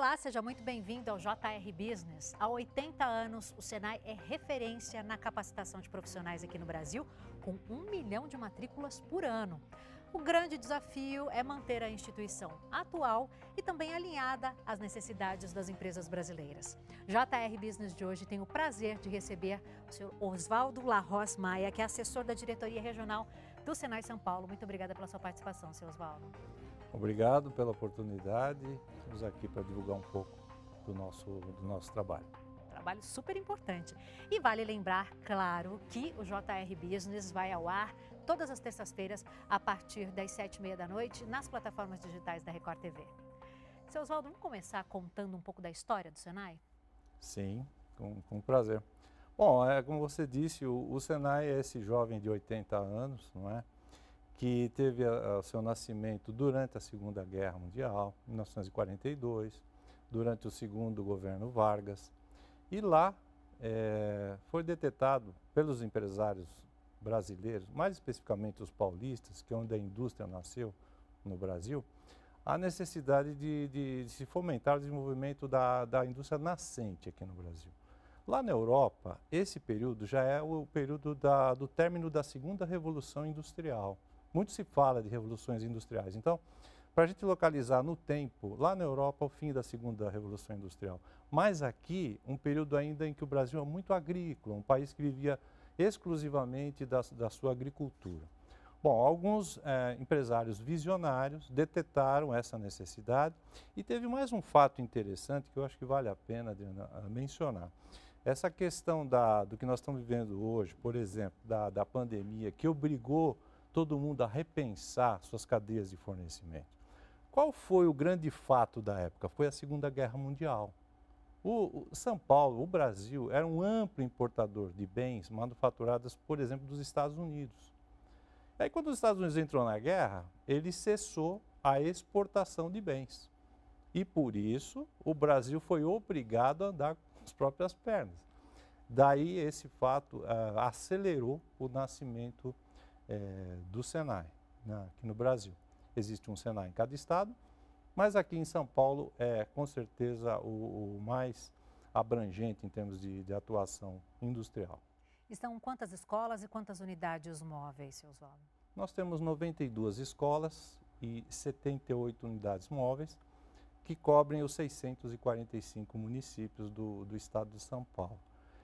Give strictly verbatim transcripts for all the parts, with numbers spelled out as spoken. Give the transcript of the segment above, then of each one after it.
Olá, seja muito bem-vindo ao J R Business. Há oitenta anos, o Senai é referência na capacitação de profissionais aqui no Brasil, com um milhão de matrículas por ano. O grande desafio é manter a instituição atual e também alinhada às necessidades das empresas brasileiras. J R Business de hoje tem o prazer de receber o senhor Oswaldo Larroz Maia, que é assessor da diretoria regional do Senai São Paulo. Muito obrigada pela sua participação, senhor Oswaldo. Obrigado pela oportunidade. Estamos aqui para divulgar um pouco do nosso, do nosso trabalho. Trabalho super importante. E vale lembrar, claro, que o J R Business vai ao ar todas as terças-feiras a partir das sete e meia da noite nas plataformas digitais da Record T V. Seu Oswaldo, vamos começar contando um pouco da história do Senai? Sim, com, com prazer. Bom, é, como você disse, o, o Senai é esse jovem de oitenta anos, não é? Que teve o seu nascimento durante a Segunda Guerra Mundial, em mil novecentos e quarenta e dois, durante o segundo governo Vargas. E lá é, foi detectado pelos empresários brasileiros, mais especificamente os paulistas, que é onde a indústria nasceu no Brasil, a necessidade de, de, de se fomentar o desenvolvimento da, da indústria nascente aqui no Brasil. Lá na Europa, esse período já é o período da, do término da Segunda Revolução Industrial. Muito se fala de revoluções industriais. Então, para a gente localizar no tempo, lá na Europa, o fim da Segunda Revolução Industrial. Mas aqui, um período ainda em que o Brasil é muito agrícola, um país que vivia exclusivamente da, da sua agricultura. Bom, alguns eh, empresários visionários detetaram essa necessidade e teve mais um fato interessante que eu acho que vale a pena de, a, mencionar. Essa questão da, do que nós estamos vivendo hoje, por exemplo, da, da pandemia, que obrigou todo mundo a repensar suas cadeias de fornecimento. Qual foi o grande fato da época? Foi a Segunda Guerra Mundial. O, o São Paulo, o Brasil, era um amplo importador de bens manufaturados, por exemplo, dos Estados Unidos. Aí, quando os Estados Unidos entrou na guerra, ele cessou a exportação de bens. E, por isso, o Brasil foi obrigado a andar com as próprias pernas. Daí, esse fato uh, acelerou o nascimento É, do Senai, né, aqui no Brasil. Existe um Senai em cada estado, mas aqui em São Paulo é com certeza o, o mais abrangente em termos de, de atuação industrial. E são quantas escolas e quantas unidades móveis, seu Oswaldo? Nós temos noventa e duas escolas e setenta e oito unidades móveis que cobrem os seiscentos e quarenta e cinco municípios do, do estado de São Paulo.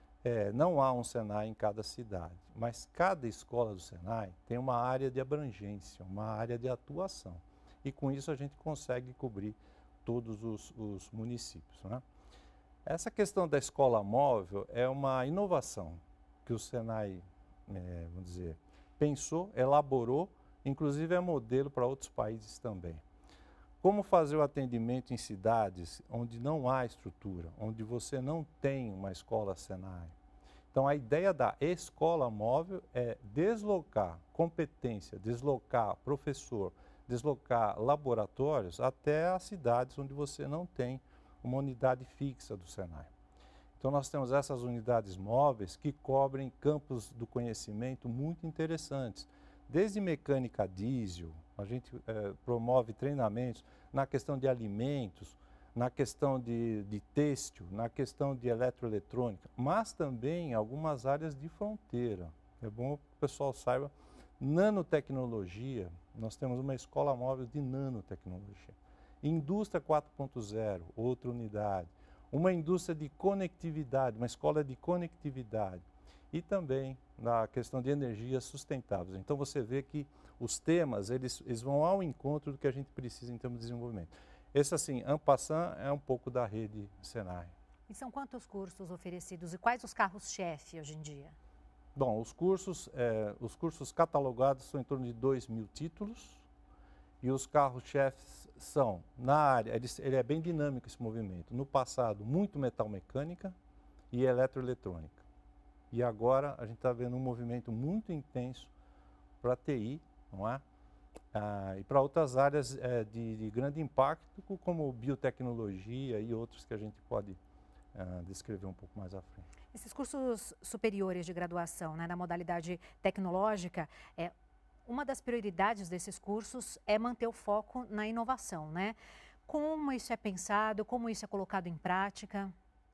É, não há um Senai em cada cidade, mas cada escola do Senai tem uma área de abrangência, uma área de atuação. E com isso a gente consegue cobrir todos os, os municípios, né? Essa questão da escola móvel é uma inovação que o Senai, é, vamos dizer, pensou, elaborou, inclusive é modelo para outros países também. Como fazer o atendimento em cidades onde não há estrutura, onde você não tem uma escola Senai? Então, a ideia da escola móvel é deslocar competência, deslocar professor, deslocar laboratórios até as cidades onde você não tem uma unidade fixa do Senai. Então, nós temos essas unidades móveis que cobrem campos do conhecimento muito interessantes. Desde mecânica diesel, a gente eh, promove treinamentos na questão de alimentos, na questão de, de têxtil, na questão de eletroeletrônica, mas também em algumas áreas de fronteira. É bom que o pessoal saiba, nanotecnologia, nós temos uma escola móvel de nanotecnologia. Indústria quatro ponto zero, outra unidade. Uma indústria de conectividade, uma escola de conectividade. E também na questão de energias sustentáveis. Então você vê que os temas eles, eles vão ao encontro do que a gente precisa em termos de desenvolvimento. Esse, assim, en passant, é um pouco da rede Senai. E são quantos cursos oferecidos e quais os carros-chefe hoje em dia? Bom, os cursos, é, os cursos catalogados são em torno de dois mil títulos e os carros-chefes são, na área, ele, ele é bem dinâmico esse movimento. No passado, muito metal-mecânica e eletroeletrônica. E agora a gente está vendo um movimento muito intenso para a T I, não é? Ah, e para outras áreas é, de, de grande impacto, como biotecnologia e outros que a gente pode ah, descrever um pouco mais à frente. Esses cursos superiores de graduação, né, na modalidade tecnológica, é, uma das prioridades desses cursos é manter o foco na inovação, né? Como isso é pensado, como isso é colocado em prática?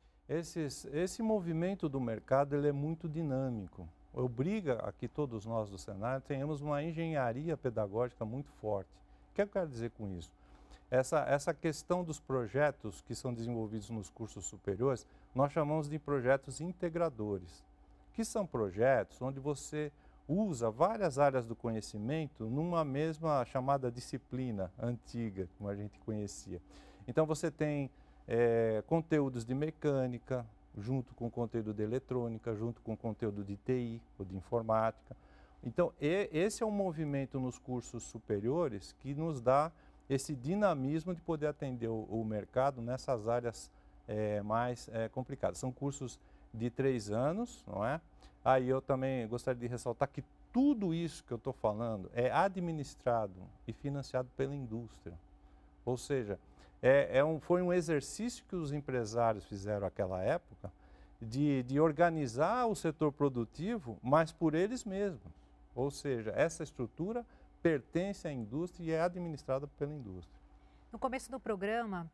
Esses, esse movimento do mercado ele é muito dinâmico. Obriga a que todos nós do Senai tenhamos uma engenharia pedagógica muito forte. O que eu quero dizer com isso? Essa, essa questão dos projetos que são desenvolvidos nos cursos superiores, nós chamamos de projetos integradores, que são projetos onde você usa várias áreas do conhecimento numa mesma chamada disciplina antiga, como a gente conhecia. Então você tem é, conteúdos de mecânica, junto com conteúdo de eletrônica, junto com conteúdo de T I ou de informática. Então e, esse é um movimento nos cursos superiores que nos dá esse dinamismo de poder atender o, o mercado nessas áreas é, mais é, complicadas. São cursos de três anos, não é? Aí eu também gostaria de ressaltar que tudo isso que eu estou falando é administrado e financiado pela indústria. Ou seja, é, é um, foi um exercício que os empresários fizeram naquela época de, de organizar o setor produtivo, mas por eles mesmos. Ou seja, essa estrutura pertence à indústria e é administrada pela indústria. No começo do programa,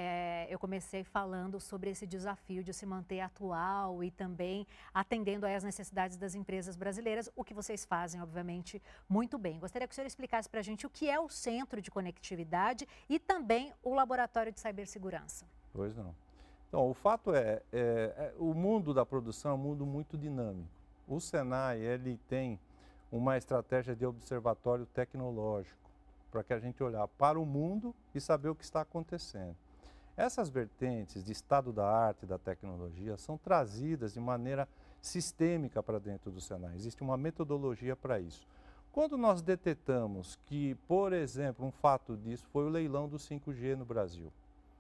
é, eu comecei falando sobre esse desafio de se manter atual e também atendendo às necessidades das empresas brasileiras, o que vocês fazem, obviamente, muito bem. Gostaria que o senhor explicasse para a gente o que é o Centro de Conectividade e também o Laboratório de Cibersegurança. Pois não. Então, o fato é, é, é o mundo da produção é um mundo muito dinâmico. O Senai, ele tem uma estratégia de observatório tecnológico, para que a gente olhar para o mundo e saber o que está acontecendo. Essas vertentes de estado da arte e da tecnologia são trazidas de maneira sistêmica para dentro do Senai. Existe uma metodologia para isso. Quando nós detectamos que, por exemplo, um fato disso foi o leilão do cinco G no Brasil.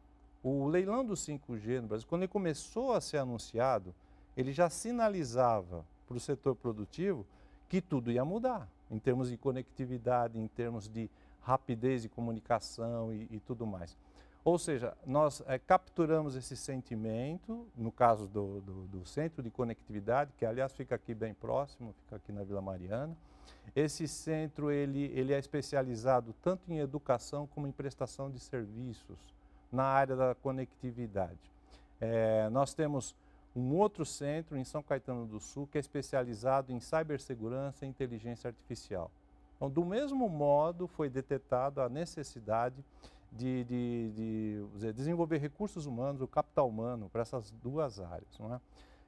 O leilão do cinco G no Brasil, quando ele começou a ser anunciado, ele já sinalizava para o setor produtivo que tudo ia mudar, em termos de conectividade, em termos de rapidez de comunicação e, e tudo mais. Ou seja, nós é, capturamos esse sentimento, no caso do, do, do Centro de Conectividade, que aliás fica aqui bem próximo, fica aqui na Vila Mariana. Esse centro ele, ele é especializado tanto em educação como em prestação de serviços na área da conectividade. É, nós temos um outro centro em São Caetano do Sul que é especializado em cibersegurança e inteligência artificial. Então, do mesmo modo, foi detectada a necessidade de, de, de dizer, desenvolver recursos humanos, o capital humano, para essas duas áreas. Não é?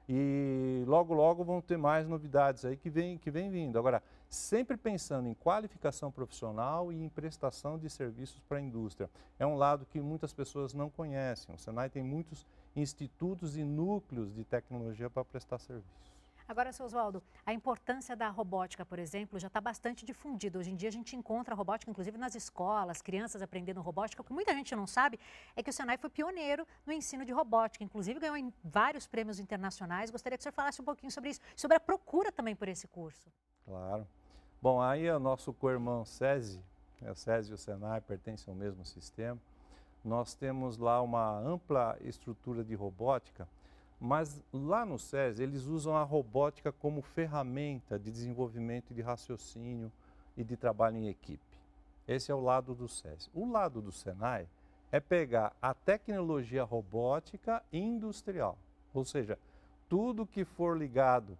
E logo, logo vão ter mais novidades aí que vem, que vem vindo. Agora, sempre pensando em qualificação profissional e em prestação de serviços para a indústria. É um lado que muitas pessoas não conhecem. O Senai tem muitos institutos e núcleos de tecnologia para prestar serviços. Agora, seu Oswaldo, a importância da robótica, por exemplo, já está bastante difundida. Hoje em dia a gente encontra a robótica, inclusive nas escolas, crianças aprendendo robótica. O que muita gente não sabe é que o Senai foi pioneiro no ensino de robótica, inclusive ganhou em vários prêmios internacionais. Gostaria que o senhor falasse um pouquinho sobre isso, sobre a procura também por esse curso. Claro. Bom, aí o nosso co-irmão SESI, o SESI e o Senai pertencem ao mesmo sistema. Nós temos lá uma ampla estrutura de robótica, mas lá no SESI eles usam a robótica como ferramenta de desenvolvimento de raciocínio e de trabalho em equipe. Esse é o lado do SESI. O lado do Senai é pegar a tecnologia robótica industrial, ou seja, tudo que for ligado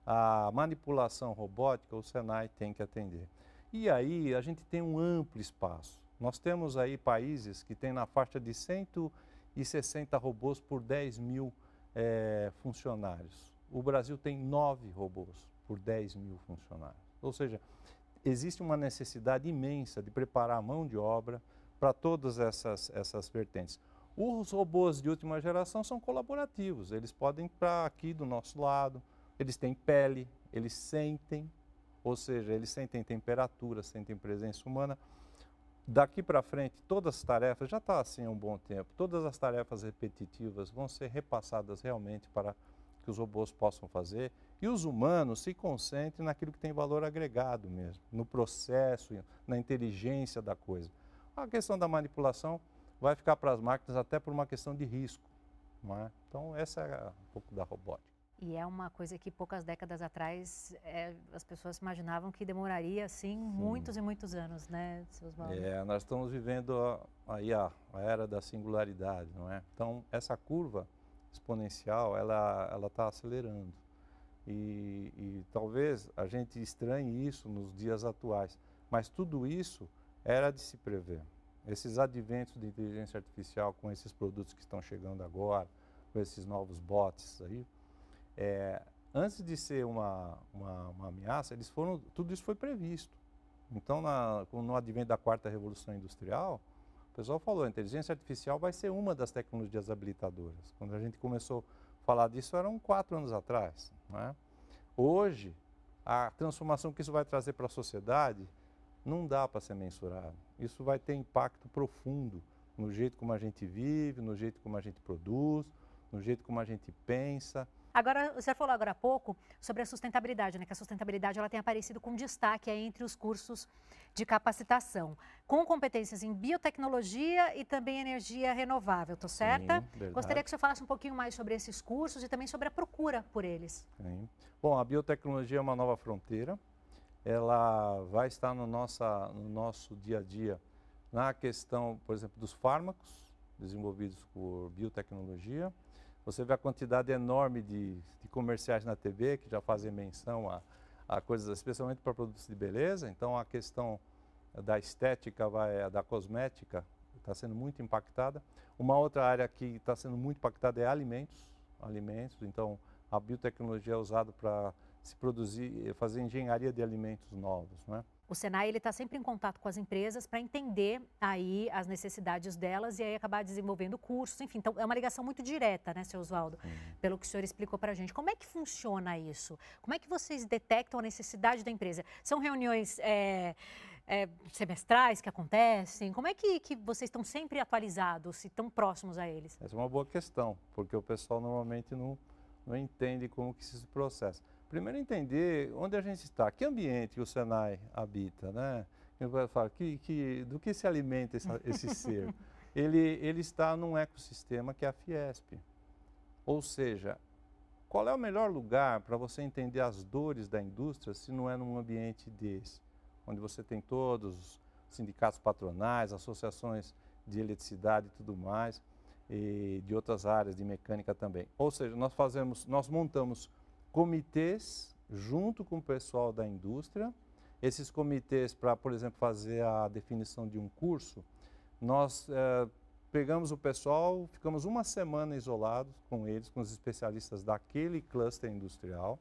à manipulação robótica, o Senai tem que atender. E aí a gente tem um amplo espaço. Nós temos aí países que têm na faixa de cento e sessenta robôs por dez mil É, funcionários. O Brasil tem nove robôs por dez mil funcionários. Ou seja, existe uma necessidade imensa de preparar a mão de obra para todas essas, essas vertentes. Os robôs de última geração são colaborativos, eles podem estar aqui do nosso lado, eles têm pele, eles sentem, ou seja, eles sentem temperatura, sentem presença humana. Daqui para frente, todas as tarefas, já está assim há um bom tempo, todas as tarefas repetitivas vão ser repassadas realmente para que os robôs possam fazer e os humanos se concentrem naquilo que tem valor agregado mesmo, no processo, na inteligência da coisa. A questão da manipulação vai ficar para as máquinas até por uma questão de risco, não é? Então, essa é um pouco da robótica. E é uma coisa que poucas décadas atrás é, as pessoas imaginavam que demoraria assim muitos e muitos anos, né, seu Oswaldo? É, nós estamos vivendo a, aí a, a era da singularidade, não é? Então essa curva exponencial ela ela está acelerando e, e talvez a gente estranhe isso nos dias atuais, mas tudo isso era de se prever. Esses adventos de inteligência artificial com esses produtos que estão chegando agora, com esses novos bots aí, é, antes de ser uma, uma, uma ameaça, eles foram, tudo isso foi previsto. Então, na, no advento da quarta revolução industrial, o pessoal falou, a inteligência artificial vai ser uma das tecnologias habilitadoras. Quando a gente começou a falar disso, eram quatro anos atrás, não é? Hoje, a transformação que isso vai trazer para a sociedade não dá para ser mensurado. Isso vai ter impacto profundo no jeito como a gente vive, no jeito como a gente produz, no jeito como a gente pensa. Agora, você falou agora há pouco sobre a sustentabilidade, né? Que a sustentabilidade ela tem aparecido com destaque aí entre os cursos de capacitação, com competências em biotecnologia e também energia renovável, tô certa? Sim, verdade. Gostaria que você falasse um pouquinho mais sobre esses cursos e também sobre a procura por eles. Sim. Bom, a biotecnologia é uma nova fronteira. Ela vai estar no, nossa, no nosso dia a dia na questão, por exemplo, dos fármacos desenvolvidos por biotecnologia. Você vê a quantidade enorme de, de comerciais na T V que já fazem menção a, a coisas, especialmente para produtos de beleza. Então, a questão da estética, vai, da cosmética, está sendo muito impactada. Uma outra área que está sendo muito impactada é alimentos. alimentos. Então, a biotecnologia é usada para se produzir, fazer engenharia de alimentos novos, né? O Senai ele está sempre em contato com as empresas para entender aí as necessidades delas e aí acabar desenvolvendo cursos, enfim, então é uma ligação muito direta, né, seu Oswaldo, uhum. pelo que o senhor explicou para a gente. Como é que funciona isso? Como é que vocês detectam a necessidade da empresa? São reuniões é, é, semestrais que acontecem? Como é que, que vocês estão sempre atualizados e tão próximos a eles? Essa é uma boa questão, porque o pessoal normalmente não, não entende como que isso se processa. Primeiro entender onde a gente está, que ambiente o Senai habita, né? Eu falo, que, que, do que se alimenta esse, esse ser? Ele, ele está num ecossistema que é a Fiesp. Ou seja, qual é o melhor lugar para você entender as dores da indústria se não é num ambiente desse? Onde você tem todos os sindicatos patronais, associações de eletricidade e tudo mais, e de outras áreas de mecânica também. Ou seja, nós fazemos, nós montamos comitês junto com o pessoal da indústria. Esses comitês, para, por exemplo, fazer a definição de um curso, nós eh, pegamos o pessoal, ficamos uma semana isolados com eles, com os especialistas daquele cluster industrial,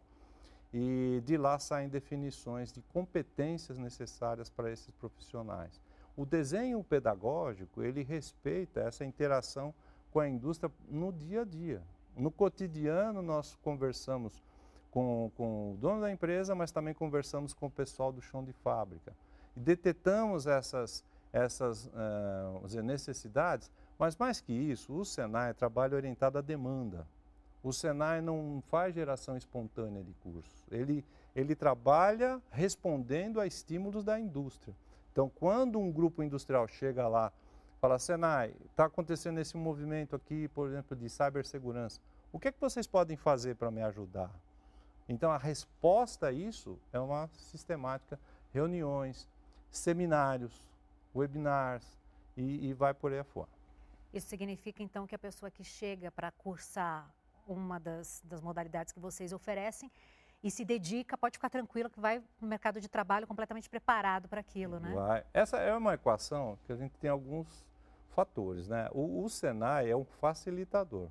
e de lá saem definições de competências necessárias para esses profissionais. O desenho pedagógico, ele respeita essa interação com a indústria no dia a dia. No cotidiano, nós conversamos Com, com o dono da empresa, mas também conversamos com o pessoal do chão de fábrica. E detetamos essas, essas uh, necessidades, mas mais que isso, o Senai é trabalho orientado à demanda. O Senai não faz geração espontânea de cursos, ele, ele trabalha respondendo a estímulos da indústria. Então, quando um grupo industrial chega lá, fala, Senai, está acontecendo esse movimento aqui, por exemplo, de cibersegurança, o que é que vocês podem fazer para me ajudar? Então, a resposta a isso é uma sistemática, reuniões, seminários, webinars e, e vai por aí afora. Isso significa, então, que a pessoa que chega para cursar uma das, das modalidades que vocês oferecem e se dedica, pode ficar tranquila que vai no mercado de trabalho completamente preparado para aquilo, né? Vai. Essa é uma equação que a gente tem alguns fatores, né? O, o Senai é um facilitador.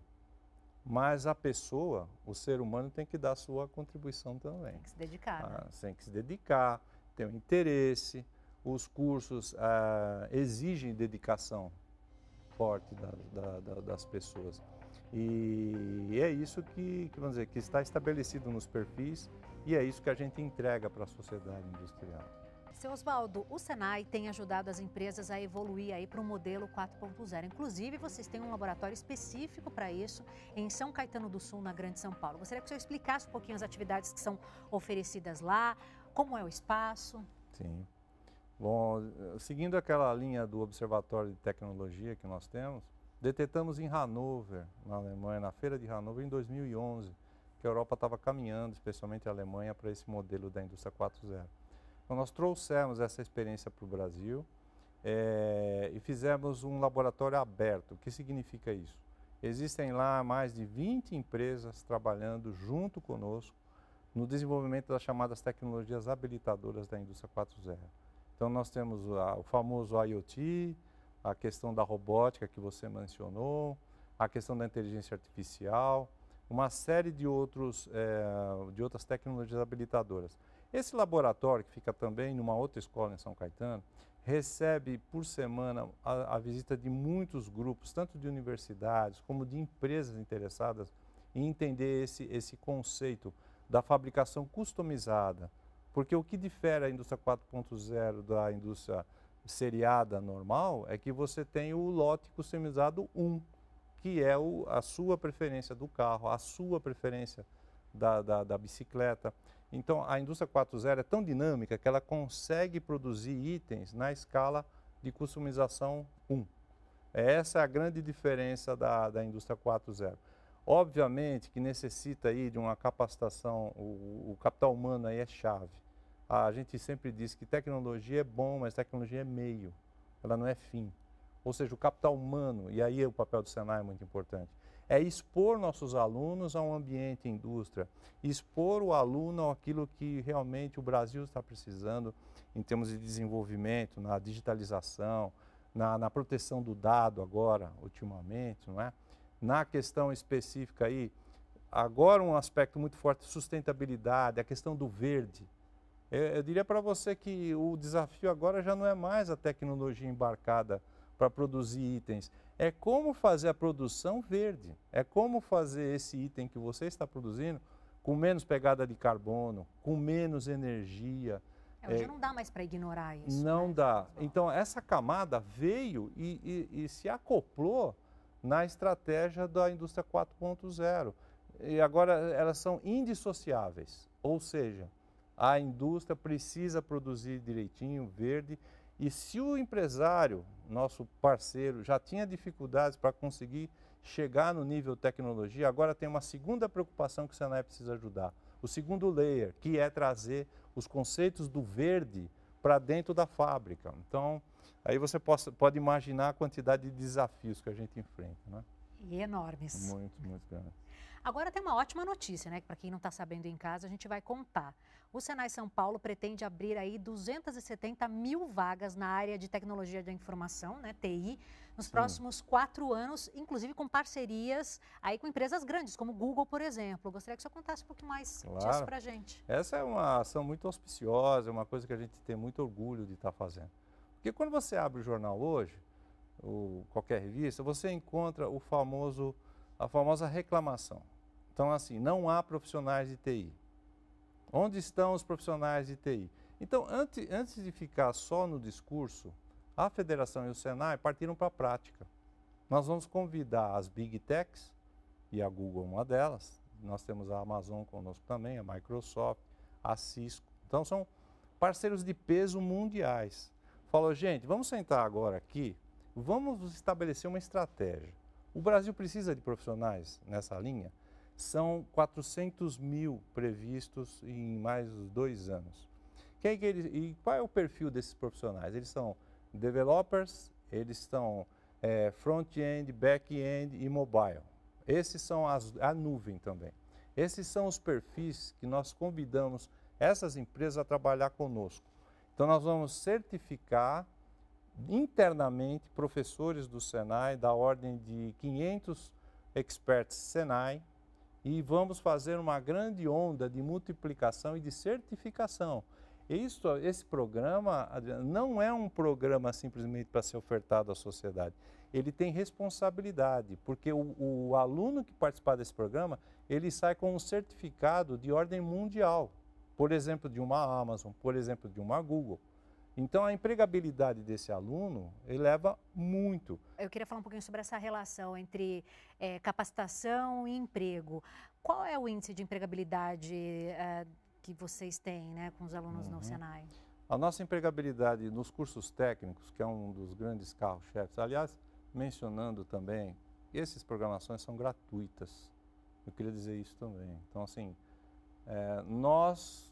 Mas a pessoa, o ser humano, tem que dar a sua contribuição também. Tem que se dedicar, né? Ah, tem que se dedicar, ter um interesse. Os cursos ah, exigem dedicação forte da, da, da, das pessoas. E é isso que, que, vamos dizer, que está estabelecido nos perfis e é isso que a gente entrega para a sociedade industrial. Seu Oswaldo, o Senai tem ajudado as empresas a evoluir aí para o modelo quatro ponto zero. Inclusive, vocês têm um laboratório específico para isso em São Caetano do Sul, na Grande São Paulo. Gostaria que o senhor explicasse um pouquinho as atividades que são oferecidas lá, como é o espaço. Sim. Bom, seguindo aquela linha do Observatório de Tecnologia que nós temos, detetamos em Hannover, na Alemanha, na Feira de Hannover, em dois mil e onze, que a Europa estava caminhando, especialmente a Alemanha, para esse modelo da indústria quatro ponto zero. Então, nós trouxemos essa experiência para o Brasil é, e fizemos um laboratório aberto. O que significa isso? Existem lá mais de vinte empresas trabalhando junto conosco no desenvolvimento das chamadas tecnologias habilitadoras da indústria quatro ponto zero. Então, nós temos a, o famoso IoT, a questão da robótica que você mencionou, a questão da inteligência artificial, uma série de, outros, é, de outras tecnologias habilitadoras. Esse laboratório, que fica também numa outra escola em São Caetano, recebe por semana a, a visita de muitos grupos, tanto de universidades como de empresas interessadas em entender esse, esse conceito da fabricação customizada. Porque o que difere a indústria quatro ponto zero da indústria seriada normal é que você tem o lote customizado um, que é o, a sua preferência do carro, a sua preferência da, da, da bicicleta. Então, a indústria quatro ponto zero é tão dinâmica que ela consegue produzir itens na escala de customização um. Essa é a grande diferença da, da indústria quatro ponto zero. Obviamente que necessita aí de uma capacitação, o, o capital humano aí é chave. A gente sempre diz que tecnologia é bom, mas tecnologia é meio, ela não é fim. Ou seja, o capital humano, e aí o papel do Senai é muito importante, é expor nossos alunos a um ambiente indústria, expor o aluno àquilo que realmente o Brasil está precisando em termos de desenvolvimento, na digitalização, na, na proteção do dado agora, ultimamente, não é? Na questão específica aí, agora um aspecto muito forte, sustentabilidade, a questão do verde. Eu, eu diria para você que o desafio agora já não é mais a tecnologia embarcada para produzir itens, é como fazer a produção verde, é como fazer esse item que você está produzindo com menos pegada de carbono, com menos energia. É, hoje é, não dá mais para ignorar isso. Não né? dá. Então essa camada veio e, e, e se acoplou na estratégia da indústria quatro ponto zero. E agora elas são indissociáveis, ou seja, a indústria precisa produzir direitinho, verde, e se o empresário, nosso parceiro, já tinha dificuldades para conseguir chegar no nível tecnologia, agora tem uma segunda preocupação que o Senai precisa ajudar. O segundo layer, que é trazer os conceitos do verde para dentro da fábrica. Então, aí você possa, pode imaginar a quantidade de desafios que a gente enfrenta, né? E enormes. Muito, muito grande. Agora tem uma ótima notícia, né? Que para quem não está sabendo em casa, a gente vai contar. O Senai São Paulo pretende abrir aí duzentas e setenta mil vagas na área de tecnologia da informação, né, T I, nos Sim. próximos quatro anos, inclusive com parcerias aí com empresas grandes, como o Google, por exemplo. Eu gostaria que o senhor contasse um pouco mais claro. disso para a gente. Essa é uma ação muito auspiciosa, é uma coisa que a gente tem muito orgulho de estar fazendo. Porque quando você abre o jornal hoje, ou qualquer revista, você encontra o famoso, a famosa reclamação. Então, assim, não há profissionais de T I. Onde estão os profissionais de T I? Então, antes, antes de ficar só no discurso, a Federação e o Senai partiram para a prática. Nós vamos convidar as Big Techs, e a Google é uma delas, nós temos a Amazon conosco também, a Microsoft, a Cisco. Então, são parceiros de peso mundiais. Falou, gente, vamos sentar agora aqui, vamos estabelecer uma estratégia. O Brasil precisa de profissionais nessa linha? São quatrocentos mil previstos em mais dois anos. Quem que eles, e qual é o perfil desses profissionais? Eles são developers, eles são é, front-end, back-end e mobile. Esses são as, a nuvem também. Esses são os perfis que nós convidamos essas empresas a trabalhar conosco. Então nós vamos certificar internamente professores do Senai, da ordem de quinhentos experts Senai, e vamos fazer uma grande onda de multiplicação e de certificação. Isso, esse programa, Adriano, não é um programa simplesmente para ser ofertado à sociedade. Ele tem responsabilidade, porque o, o aluno que participar desse programa, ele sai com um certificado de ordem mundial. Por exemplo, de uma Amazon, por exemplo, de uma Google. Então, a empregabilidade desse aluno eleva muito. Eu queria falar um pouquinho sobre essa relação entre é, capacitação e emprego. Qual é o índice de empregabilidade é, que vocês têm, né, com os alunos uhum. no Senai? A nossa empregabilidade nos cursos técnicos, que é um dos grandes carros-chefes, aliás, mencionando também, essas programações são gratuitas. Eu queria dizer isso também. Então, assim, é, nós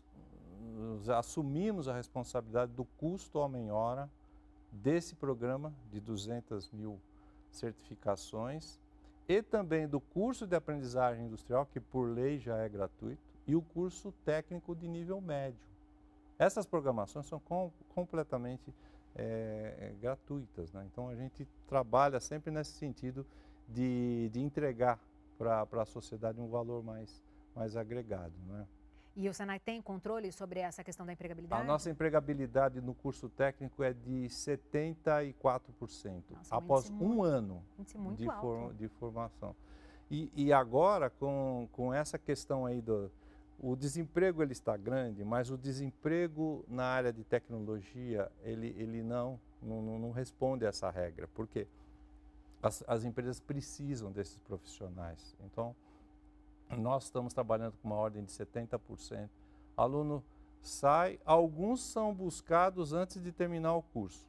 assumimos a responsabilidade do custo homem-hora desse programa de duzentas mil certificações e também do curso de aprendizagem industrial, que por lei já é gratuito, e o curso técnico de nível médio. Essas programações são com, completamente é, gratuitas, né? Então a gente trabalha sempre nesse sentido de, de entregar para a sociedade um valor mais, mais agregado, né? E o Senai tem controle sobre essa questão da empregabilidade? A nossa empregabilidade no curso técnico é de setenta e quatro por cento, nossa, após um muito, ano muito de, alto. for, de formação. E, e agora, com, com essa questão aí do... O desemprego ele está grande, mas o desemprego na área de tecnologia, ele, ele não, não, não responde a essa regra. Por quê? As, as empresas precisam desses profissionais. Então, nós estamos trabalhando com uma ordem de setenta por cento. Aluno sai, alguns são buscados antes de terminar o curso.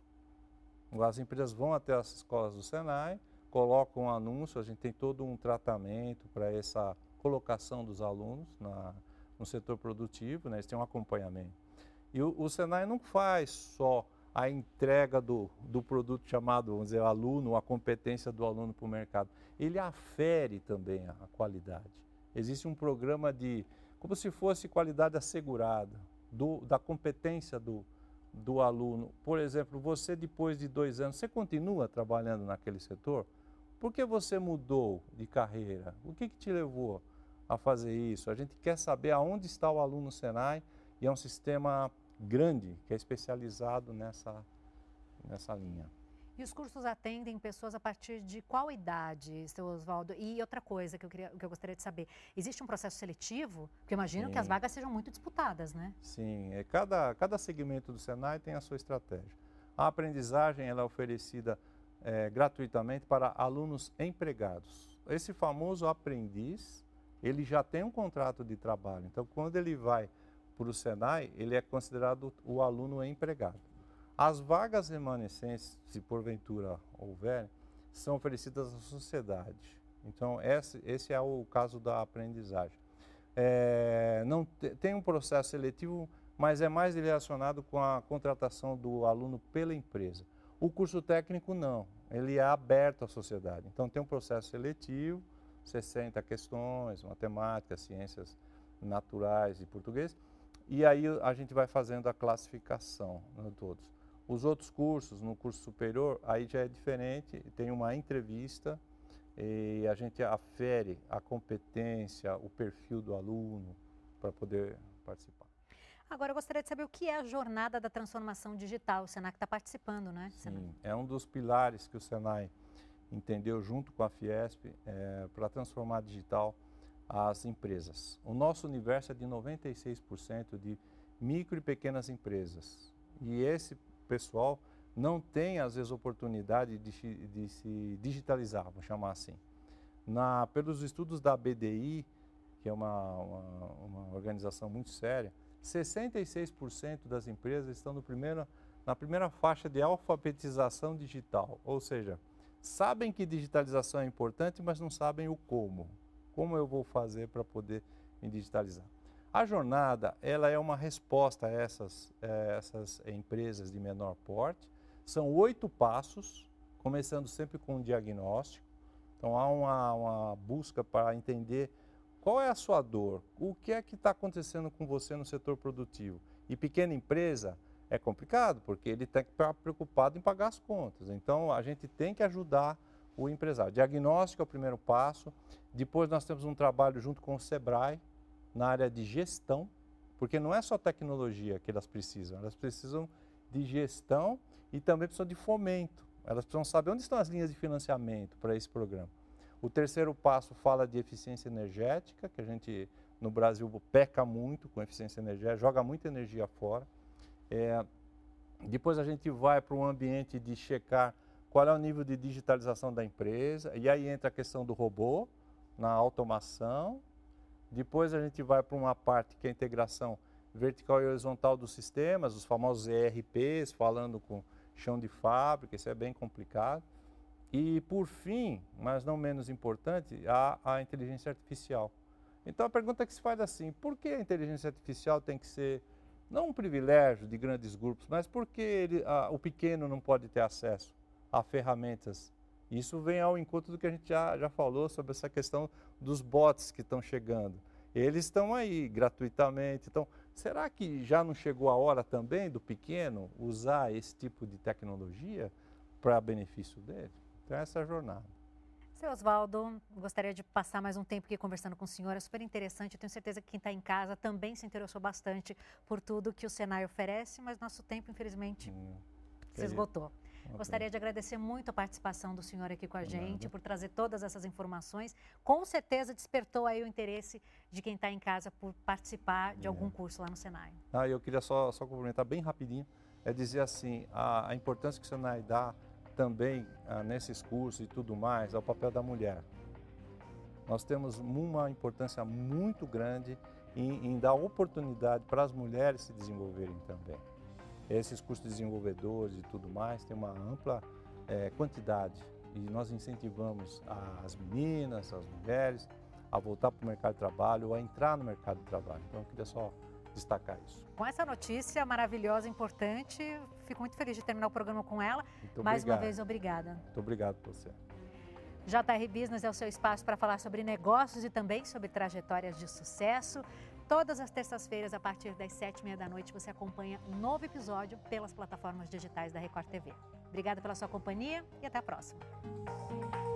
As empresas vão até as escolas do Senai, colocam um anúncio, a gente tem todo um tratamento para essa colocação dos alunos na, no setor produtivo, né? Eles têm um acompanhamento. E o, o Senai não faz só a entrega do, do produto chamado, vamos dizer, aluno, a competência do aluno para o mercado. Ele afere também a, a qualidade. Existe um programa de, como se fosse qualidade assegurada, do, da competência do, do aluno. Por exemplo, você depois de dois anos, você continua trabalhando naquele setor? Por que você mudou de carreira? O que, que te levou a fazer isso? A gente quer saber aonde está o aluno Senai e é um sistema grande que é especializado nessa, nessa linha. E os cursos atendem pessoas a partir de qual idade, seu Oswaldo? E outra coisa que eu, queria, que eu gostaria de saber, existe um processo seletivo? Porque eu imagino Sim. que as vagas sejam muito disputadas, né? Sim, é, cada, cada segmento do Senai tem a sua estratégia. A aprendizagem ela é oferecida é, gratuitamente para alunos empregados. Esse famoso aprendiz, ele já tem um contrato de trabalho. Então, quando ele vai para o Senai, ele é considerado o aluno empregado. As vagas remanescentes, se porventura houver, são oferecidas à sociedade. Então, esse, esse é o caso da aprendizagem. É, não te, tem um processo seletivo, mas é mais relacionado com a contratação do aluno pela empresa. O curso técnico não, ele é aberto à sociedade. Então, tem um processo seletivo, sessenta questões, matemática, ciências naturais e português, e aí a gente vai fazendo a classificação, né, todos. Os outros cursos, no curso superior, aí já é diferente, tem uma entrevista e a gente afere a competência, o perfil do aluno para poder participar. Agora, eu gostaria de saber o que é a jornada da transformação digital. O Senai está participando, né? Sim, Senai? É um dos pilares que o Senai entendeu junto com a Fiesp é, para transformar digital as empresas. O nosso universo é de noventa e seis por cento de micro e pequenas empresas. E esse pessoal não tem, às vezes, oportunidade de, de se digitalizar, vou chamar assim. Na, pelos estudos da B D I, que é uma, uma, uma organização muito séria, sessenta e seis por cento das empresas estão no primeiro, na primeira faixa de alfabetização digital, ou seja, sabem que digitalização é importante, mas não sabem o como. Como eu vou fazer para poder me digitalizar? A jornada, ela é uma resposta a essas, eh, essas empresas de menor porte. São oito passos, começando sempre com um diagnóstico. Então, há uma, uma busca para entender qual é a sua dor, o que é que está acontecendo com você no setor produtivo. E pequena empresa é complicado, porque ele tem que estar preocupado em pagar as contas. Então, a gente tem que ajudar o empresário. Diagnóstico é o primeiro passo. Depois, nós temos um trabalho junto com o Sebrae, na área de gestão, porque não é só tecnologia que elas precisam, elas precisam de gestão e também precisam de fomento. Elas precisam saber onde estão as linhas de financiamento para esse programa. O terceiro passo fala de eficiência energética, que a gente no Brasil peca muito com eficiência energética, joga muita energia fora. É, depois a gente vai para um ambiente de checar qual é o nível de digitalização da empresa, e aí entra a questão do robô, na automação. Depois a gente vai para uma parte que é a integração vertical e horizontal dos sistemas, os famosos E R Ps, falando com chão de fábrica, isso é bem complicado. E, por fim, mas não menos importante, a, a inteligência artificial. Então, a pergunta que se faz é assim, por que a inteligência artificial tem que ser, não um privilégio de grandes grupos, mas por que ele, a, o pequeno não pode ter acesso a ferramentas? Isso vem ao encontro do que a gente já, já falou sobre essa questão dos bots que estão chegando. Eles estão aí gratuitamente. Então, será que já não chegou a hora também do pequeno usar esse tipo de tecnologia para benefício dele? Então, essa é a jornada. Seu Oswaldo, gostaria de passar mais um tempo aqui conversando com o senhor, é super interessante, eu tenho certeza que quem está em casa também se interessou bastante por tudo que o Senai oferece, mas nosso tempo, infelizmente, hum, se esgotou. Okay. Gostaria de agradecer muito a participação do senhor aqui com a gente, por trazer todas essas informações. Com certeza despertou aí o interesse de quem está em casa por participar de é. algum curso lá no Senai. Ah, eu queria só, só complementar bem rapidinho, é dizer assim, a, a importância que o Senai dá também ah, nesses cursos e tudo mais, ao papel da mulher. Nós temos uma importância muito grande em, em dar oportunidade para as mulheres se desenvolverem também. Esses cursos de desenvolvedores e tudo mais tem uma ampla é, quantidade e nós incentivamos as meninas, as mulheres a voltar para o mercado de trabalho ou a entrar no mercado de trabalho. Então eu queria só destacar isso. Com essa notícia maravilhosa, importante, fico muito feliz de terminar o programa com ela. Muito Mais obrigado. uma vez, obrigada. Muito obrigado por você. J R Business é o seu espaço para falar sobre negócios e também sobre trajetórias de sucesso. Todas as terças-feiras, a partir das sete e meia da noite, você acompanha um novo episódio pelas plataformas digitais da Record T V. Obrigada pela sua companhia e até a próxima.